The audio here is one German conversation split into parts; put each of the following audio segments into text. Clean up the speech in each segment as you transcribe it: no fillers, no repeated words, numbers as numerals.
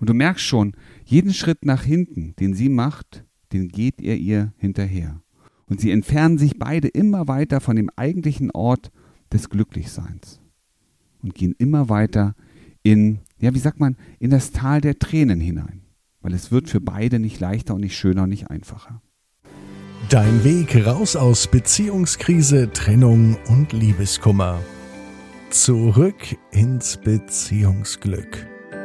Und du merkst schon, jeden Schritt nach hinten, den sie macht, den geht ihr hinterher. Und sie entfernen sich beide immer weiter von dem eigentlichen Ort des Glücklichseins und gehen immer weiter in das Tal der Tränen hinein, weil es wird für beide nicht leichter und nicht schöner und nicht einfacher. Dein Weg raus aus Beziehungskrise, Trennung und Liebeskummer. Zurück ins Beziehungsglück.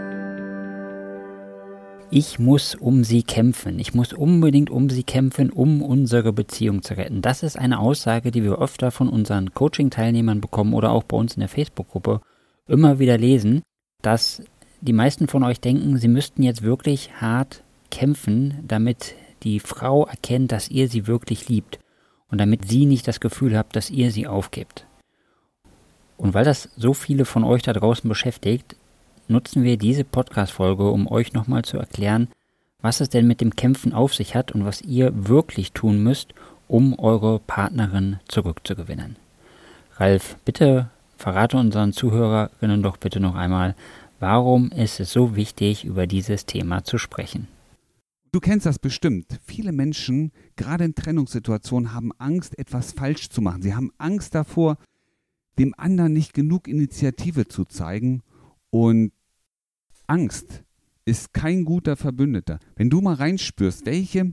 Ich muss um sie kämpfen. Ich muss unbedingt um sie kämpfen, um unsere Beziehung zu retten. Das ist eine Aussage, die wir öfter von unseren Coaching-Teilnehmern bekommen oder auch bei uns in der Facebook-Gruppe immer wieder lesen, dass die meisten von euch denken, sie müssten jetzt wirklich hart kämpfen, damit die Frau erkennt, dass ihr sie wirklich liebt und damit sie nicht das Gefühl habt, dass ihr sie aufgebt. Und weil das so viele von euch da draußen beschäftigt, nutzen wir diese Podcast-Folge, um euch nochmal zu erklären, was es denn mit dem Kämpfen auf sich hat und was ihr wirklich tun müsst, um eure Partnerin zurückzugewinnen. Ralf, bitte verrate unseren Zuhörerinnen doch bitte noch einmal, warum ist es so wichtig, über dieses Thema zu sprechen? Du kennst das bestimmt. Viele Menschen, gerade in Trennungssituationen, haben Angst, etwas falsch zu machen. Sie haben Angst davor, dem anderen nicht genug Initiative zu zeigen. Und Angst ist kein guter Verbündeter. Wenn du mal reinspürst, welche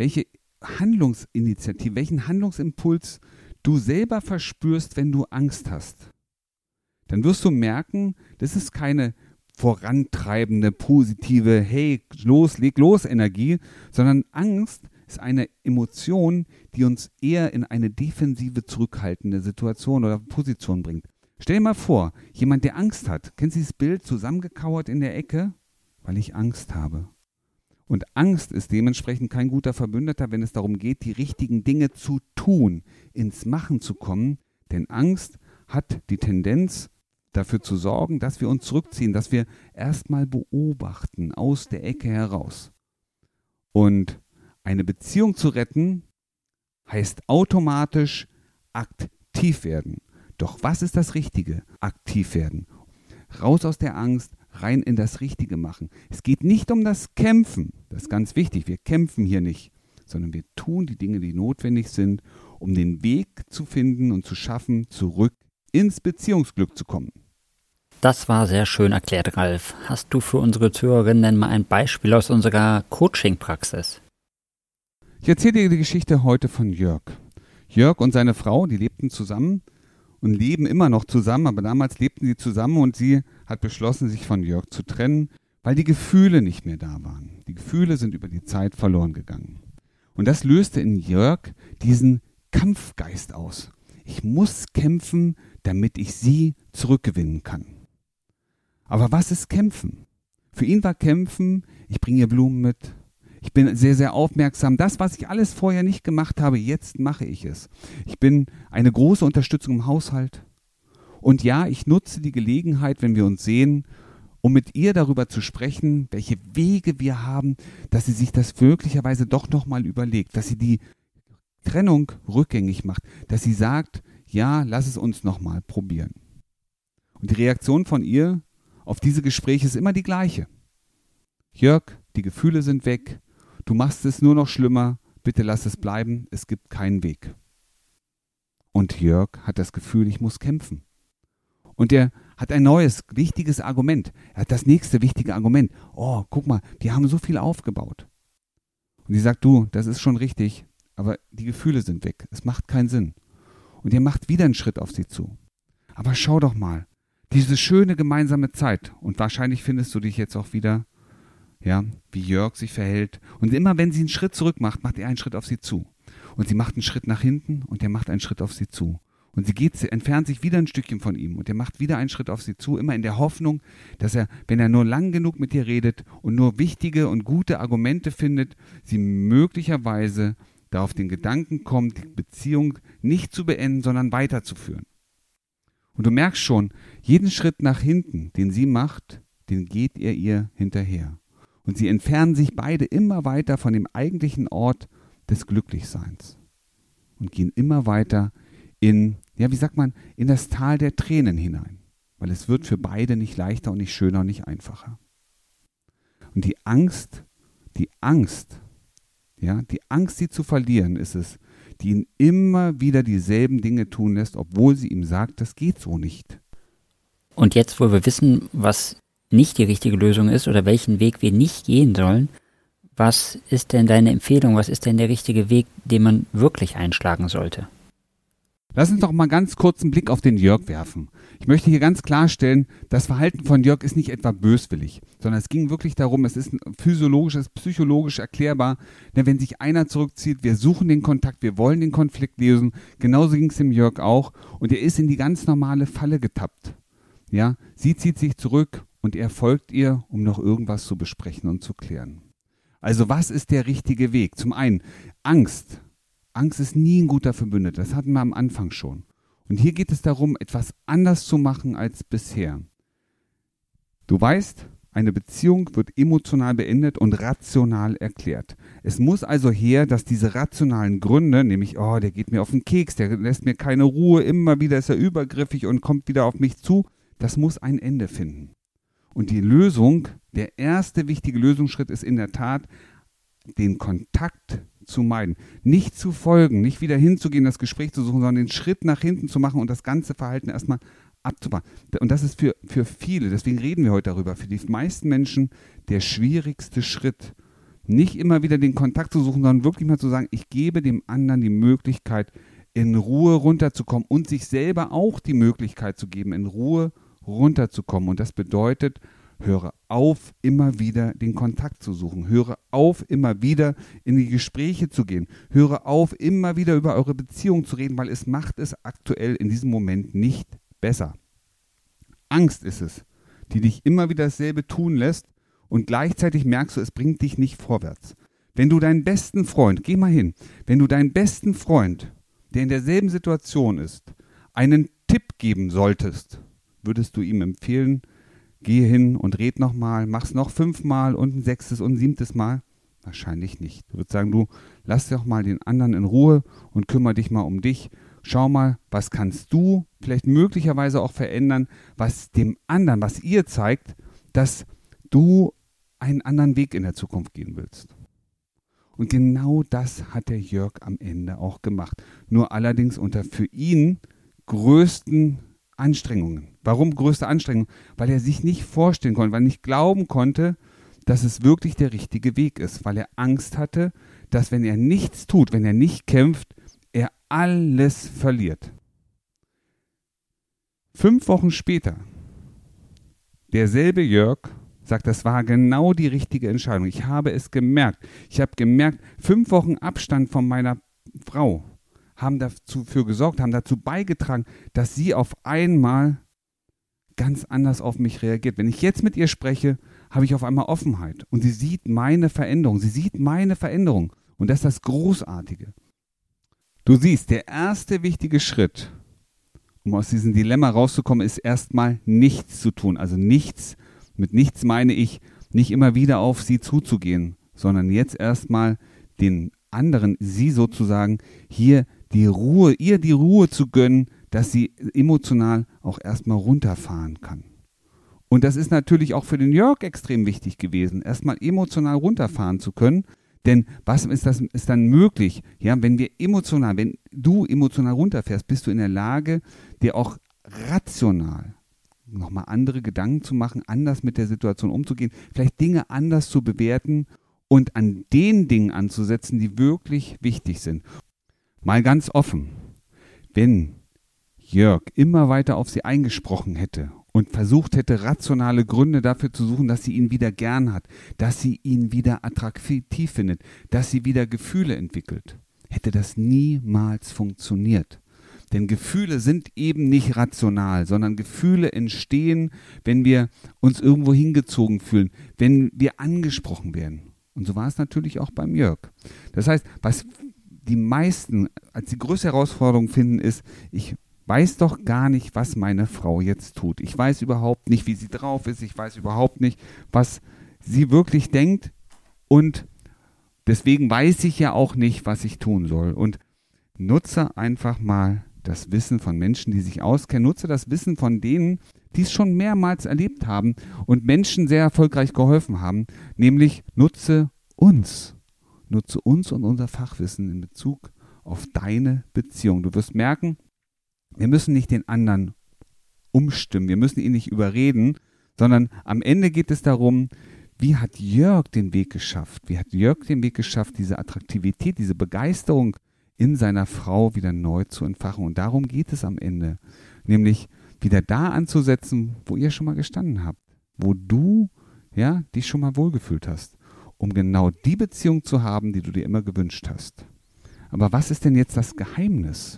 Handlungsinitiative, welchen Handlungsimpuls du selber verspürst, wenn du Angst hast, dann wirst du merken, das ist keine vorantreibende, positive, hey, leg los Energie, sondern Angst ist eine Emotion, die uns eher in eine defensive, zurückhaltende Situation oder Position bringt. Stell dir mal vor, jemand, der Angst hat, kennst du dieses Bild, zusammengekauert in der Ecke? Weil ich Angst habe. Und Angst ist dementsprechend kein guter Verbündeter, wenn es darum geht, die richtigen Dinge zu tun, ins Machen zu kommen. Denn Angst hat die Tendenz, dafür zu sorgen, dass wir uns zurückziehen, dass wir erstmal beobachten, aus der Ecke heraus. Und eine Beziehung zu retten, heißt automatisch aktiv werden. Doch was ist das Richtige? Aktiv werden. Raus aus der Angst, rein in das Richtige machen. Es geht nicht um das Kämpfen, das ist ganz wichtig, wir kämpfen hier nicht, sondern wir tun die Dinge, die notwendig sind, um den Weg zu finden und zu schaffen, zurück ins Beziehungsglück zu kommen. Das war sehr schön erklärt, Ralf. Hast du für unsere Zuhörerinnen denn mal ein Beispiel aus unserer Coaching-Praxis? Ich erzähle dir die Geschichte heute von Jörg. Jörg und seine Frau, die lebten zusammen und leben immer noch zusammen, aber damals lebten sie zusammen und sie hat beschlossen, sich von Jörg zu trennen, weil die Gefühle nicht mehr da waren. Die Gefühle sind über die Zeit verloren gegangen. Und das löste in Jörg diesen Kampfgeist aus. Ich muss kämpfen, damit ich sie zurückgewinnen kann. Aber was ist Kämpfen? Für ihn war Kämpfen, ich bringe ihr Blumen mit, ich bin sehr, sehr aufmerksam. Das, was ich alles vorher nicht gemacht habe, jetzt mache ich es. Ich bin eine große Unterstützung im Haushalt. Und ja, ich nutze die Gelegenheit, wenn wir uns sehen, um mit ihr darüber zu sprechen, welche Wege wir haben, dass sie sich das möglicherweise doch nochmal überlegt, dass sie die Trennung rückgängig macht, dass sie sagt, ja, lass es uns nochmal probieren. Und die Reaktion von ihr auf diese Gespräche ist immer die gleiche. Jörg, die Gefühle sind weg, du machst es nur noch schlimmer, bitte lass es bleiben, es gibt keinen Weg. Und Jörg hat das Gefühl, ich muss kämpfen. Und er hat ein neues, wichtiges Argument. Er hat das nächste wichtige Argument. Oh, guck mal, wir haben so viel aufgebaut. Und sie sagt, du, das ist schon richtig, aber die Gefühle sind weg. Es macht keinen Sinn. Und er macht wieder einen Schritt auf sie zu. Aber schau doch mal, diese schöne gemeinsame Zeit. Und wahrscheinlich findest du dich jetzt auch wieder, ja, wie Jörg sich verhält. Und immer wenn sie einen Schritt zurück macht, macht er einen Schritt auf sie zu. Und sie macht einen Schritt nach hinten und er macht einen Schritt auf sie zu. Und sie entfernt sich wieder ein Stückchen von ihm und er macht wieder einen Schritt auf sie zu, immer in der Hoffnung, dass er, wenn er nur lang genug mit ihr redet und nur wichtige und gute Argumente findet, sie möglicherweise da auf den Gedanken kommt, die Beziehung nicht zu beenden, sondern weiterzuführen. Und du merkst schon, jeden Schritt nach hinten, den sie macht, den geht ihr hinterher. Und sie entfernen sich beide immer weiter von dem eigentlichen Ort des Glücklichseins und gehen immer weiter in das Tal der Tränen hinein. Weil es wird für beide nicht leichter und nicht schöner und nicht einfacher. Und die Angst, sie zu verlieren, ist es, die ihn immer wieder dieselben Dinge tun lässt, obwohl sie ihm sagt, das geht so nicht. Und jetzt, wo wir wissen, was nicht die richtige Lösung ist oder welchen Weg wir nicht gehen sollen, was ist denn deine Empfehlung, was ist denn der richtige Weg, den man wirklich einschlagen sollte? Lass uns doch mal ganz kurz einen Blick auf den Jörg werfen. Ich möchte hier ganz klarstellen, das Verhalten von Jörg ist nicht etwa böswillig, sondern es ging wirklich darum, es ist physiologisch, es ist psychologisch erklärbar, wenn sich einer zurückzieht, wir suchen den Kontakt, wir wollen den Konflikt lösen, genauso ging es dem Jörg auch und er ist in die ganz normale Falle getappt. Ja, sie zieht sich zurück und er folgt ihr, um noch irgendwas zu besprechen und zu klären. Also was ist der richtige Weg? Zum einen Angst. Angst ist nie ein guter Verbündeter, das hatten wir am Anfang schon. Und hier geht es darum, etwas anders zu machen als bisher. Du weißt, eine Beziehung wird emotional beendet und rational erklärt. Es muss also her, dass diese rationalen Gründe, nämlich, der geht mir auf den Keks, der lässt mir keine Ruhe, immer wieder ist er übergriffig und kommt wieder auf mich zu, das muss ein Ende finden. Und die Lösung, der erste wichtige Lösungsschritt ist in der Tat, den Kontakt zu meiden. Nicht zu folgen, nicht wieder hinzugehen, das Gespräch zu suchen, sondern den Schritt nach hinten zu machen und das ganze Verhalten erstmal abzubauen. Und das ist für viele, deswegen reden wir heute darüber, für die meisten Menschen der schwierigste Schritt. Nicht immer wieder den Kontakt zu suchen, sondern wirklich mal zu sagen, ich gebe dem anderen die Möglichkeit, in Ruhe runterzukommen und sich selber auch die Möglichkeit zu geben, in Ruhe runterzukommen. Und das bedeutet, höre auf, immer wieder den Kontakt zu suchen. Höre auf, immer wieder in die Gespräche zu gehen. Höre auf, immer wieder über eure Beziehung zu reden, weil es macht es aktuell in diesem Moment nicht besser. Angst ist es, die dich immer wieder dasselbe tun lässt und gleichzeitig merkst du, es bringt dich nicht vorwärts. Wenn du deinen besten Freund, geh mal hin, wenn du deinen besten Freund, der in derselben Situation ist, einen Tipp geben solltest, würdest du ihm empfehlen, geh hin und red nochmal, mach's noch 5-mal und ein 6. und 7. Mal? Wahrscheinlich nicht. Du würdest sagen, du lass doch mal den anderen in Ruhe und kümmere dich mal um dich. Schau mal, was kannst du vielleicht möglicherweise auch verändern, was dem anderen, was ihr zeigt, dass du einen anderen Weg in der Zukunft gehen willst. Und genau das hat der Jörg am Ende auch gemacht. Nur allerdings unter für ihn größten Anstrengungen. Warum größte Anstrengungen? Weil er sich nicht vorstellen konnte, weil er nicht glauben konnte, dass es wirklich der richtige Weg ist, weil er Angst hatte, dass wenn er nichts tut, wenn er nicht kämpft, er alles verliert. 5 Wochen später, derselbe Jörg sagt, das war genau die richtige Entscheidung. Ich habe es gemerkt. Ich habe gemerkt, 5 Wochen Abstand von meiner Frau haben dafür gesorgt, haben dazu beigetragen, dass sie auf einmal ganz anders auf mich reagiert. Wenn ich jetzt mit ihr spreche, habe ich auf einmal Offenheit und sie sieht meine Veränderung. Und das ist das Großartige. Du siehst, der erste wichtige Schritt, um aus diesem Dilemma rauszukommen, ist erstmal nichts zu tun. Also nichts, mit nichts meine ich, nicht immer wieder auf sie zuzugehen, sondern jetzt erstmal den anderen, sie sozusagen, hier ihr die Ruhe zu gönnen, dass sie emotional auch erstmal runterfahren kann. Und das ist natürlich auch für den Jörg extrem wichtig gewesen, erstmal emotional runterfahren zu können. Denn was ist dann möglich? Ja, wenn du emotional runterfährst, bist du in der Lage, dir auch rational nochmal andere Gedanken zu machen, anders mit der Situation umzugehen, vielleicht Dinge anders zu bewerten und an den Dingen anzusetzen, die wirklich wichtig sind. Mal ganz offen, wenn Jörg immer weiter auf sie eingesprochen hätte und versucht hätte, rationale Gründe dafür zu suchen, dass sie ihn wieder gern hat, dass sie ihn wieder attraktiv findet, dass sie wieder Gefühle entwickelt, hätte das niemals funktioniert. Denn Gefühle sind eben nicht rational, sondern Gefühle entstehen, wenn wir uns irgendwo hingezogen fühlen, wenn wir angesprochen werden. Und so war es natürlich auch beim Jörg. Das heißt, was die meisten als die größte Herausforderung finden, ist, ich weiß doch gar nicht, was meine Frau jetzt tut. Ich weiß überhaupt nicht, wie sie drauf ist. Ich weiß überhaupt nicht, was sie wirklich denkt. Und deswegen weiß ich ja auch nicht, was ich tun soll. Und nutze einfach mal das Wissen von Menschen, die sich auskennen. Nutze das Wissen von denen, die es schon mehrmals erlebt haben und Menschen sehr erfolgreich geholfen haben. Nämlich nutze uns. Nutze uns und unser Fachwissen in Bezug auf deine Beziehung. Du wirst merken, wir müssen nicht den anderen umstimmen, wir müssen ihn nicht überreden, sondern am Ende geht es darum, wie hat Jörg den Weg geschafft? Wie hat Jörg den Weg geschafft, diese Attraktivität, diese Begeisterung in seiner Frau wieder neu zu entfachen? Und darum geht es am Ende. Nämlich wieder da anzusetzen, wo ihr schon mal gestanden habt. Wo du dich schon mal wohlgefühlt hast. Um genau die Beziehung zu haben, die du dir immer gewünscht hast. Aber was ist denn jetzt das Geheimnis?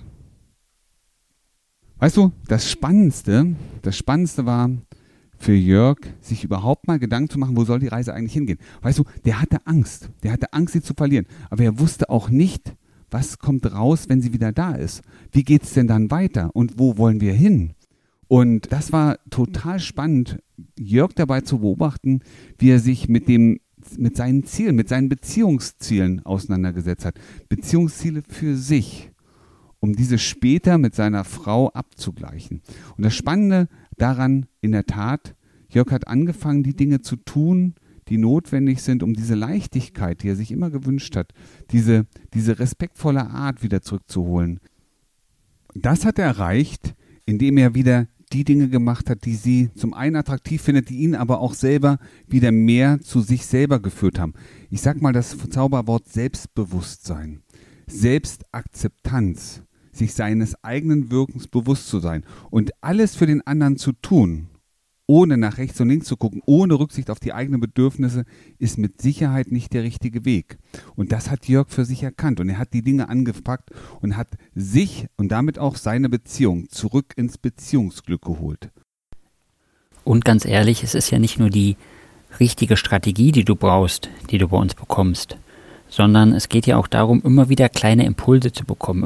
Weißt du, das Spannendste war für Jörg, sich überhaupt mal Gedanken zu machen, wo soll die Reise eigentlich hingehen. Weißt du, der hatte Angst, sie zu verlieren. Aber er wusste auch nicht, was kommt raus, wenn sie wieder da ist. Wie geht es denn dann weiter und wo wollen wir hin? Und das war total spannend, Jörg dabei zu beobachten, wie er sich mit seinen Zielen, mit seinen Beziehungszielen auseinandergesetzt hat. Beziehungsziele für sich, um diese später mit seiner Frau abzugleichen. Und das Spannende daran, in der Tat, Jörg hat angefangen, die Dinge zu tun, die notwendig sind, um diese Leichtigkeit, die er sich immer gewünscht hat, diese respektvolle Art wieder zurückzuholen. Das hat er erreicht, indem er wieder die Dinge gemacht hat, die sie zum einen attraktiv findet, die ihn aber auch selber wieder mehr zu sich selber geführt haben. Ich sag mal das Zauberwort Selbstbewusstsein, Selbstakzeptanz, sich seines eigenen Wirkens bewusst zu sein und alles für den anderen zu tun, ohne nach rechts und links zu gucken, ohne Rücksicht auf die eigenen Bedürfnisse, ist mit Sicherheit nicht der richtige Weg. Und das hat Jörg für sich erkannt und er hat die Dinge angepackt und hat sich und damit auch seine Beziehung zurück ins Beziehungsglück geholt. Und ganz ehrlich, es ist ja nicht nur die richtige Strategie, die du brauchst, die du bei uns bekommst, sondern es geht ja auch darum, immer wieder kleine Impulse zu bekommen,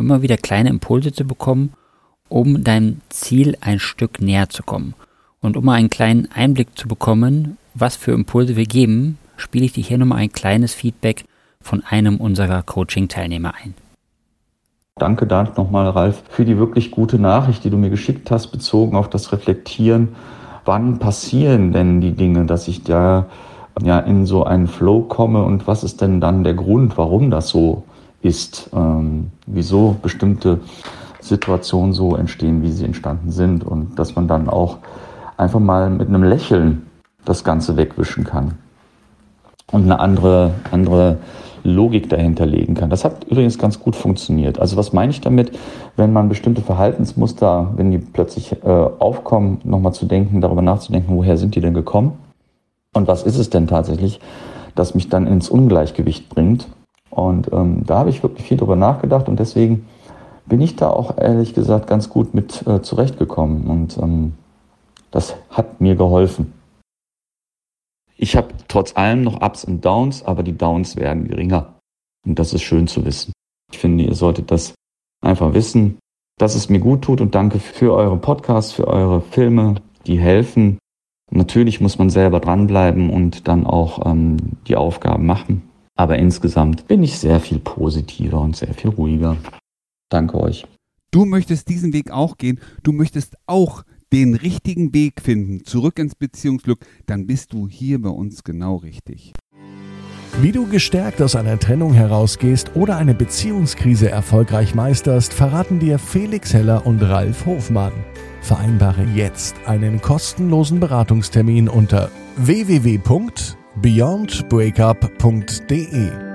um deinem Ziel ein Stück näher zu kommen. Und um mal einen kleinen Einblick zu bekommen, was für Impulse wir geben, spiele ich dir hier nochmal ein kleines Feedback von einem unserer Coaching-Teilnehmer ein. Danke nochmal, Ralf, für die wirklich gute Nachricht, die du mir geschickt hast, bezogen auf das Reflektieren. Wann passieren denn die Dinge, dass ich da in so einen Flow komme und was ist denn dann der Grund, warum das so ist, wieso bestimmte Situationen so entstehen, wie sie entstanden sind und dass man dann auch einfach mal mit einem Lächeln das Ganze wegwischen kann und eine andere Logik dahinter legen kann. Das hat übrigens ganz gut funktioniert. Also was meine ich damit, wenn man bestimmte Verhaltensmuster, wenn die plötzlich aufkommen, nochmal zu denken, darüber nachzudenken, woher sind die denn gekommen? Und was ist es denn tatsächlich, das mich dann ins Ungleichgewicht bringt? Und da habe ich wirklich viel drüber nachgedacht und deswegen bin ich da auch ehrlich gesagt ganz gut mit zurechtgekommen und das hat mir geholfen. Ich habe trotz allem noch Ups und Downs, aber die Downs werden geringer und das ist schön zu wissen. Ich finde, ihr solltet das einfach wissen, dass es mir gut tut und danke für eure Podcasts, für eure Filme, die helfen. Natürlich muss man selber dranbleiben und dann auch die Aufgaben machen. Aber insgesamt bin ich sehr viel positiver und sehr viel ruhiger. Danke euch. Du möchtest diesen Weg auch gehen. Du möchtest auch den richtigen Weg finden, zurück ins Beziehungsglück. Dann bist du hier bei uns genau richtig. Wie du gestärkt aus einer Trennung herausgehst oder eine Beziehungskrise erfolgreich meisterst, verraten dir Felix Heller und Ralf Hofmann. Vereinbare jetzt einen kostenlosen Beratungstermin unter www.beyondbreakup.de.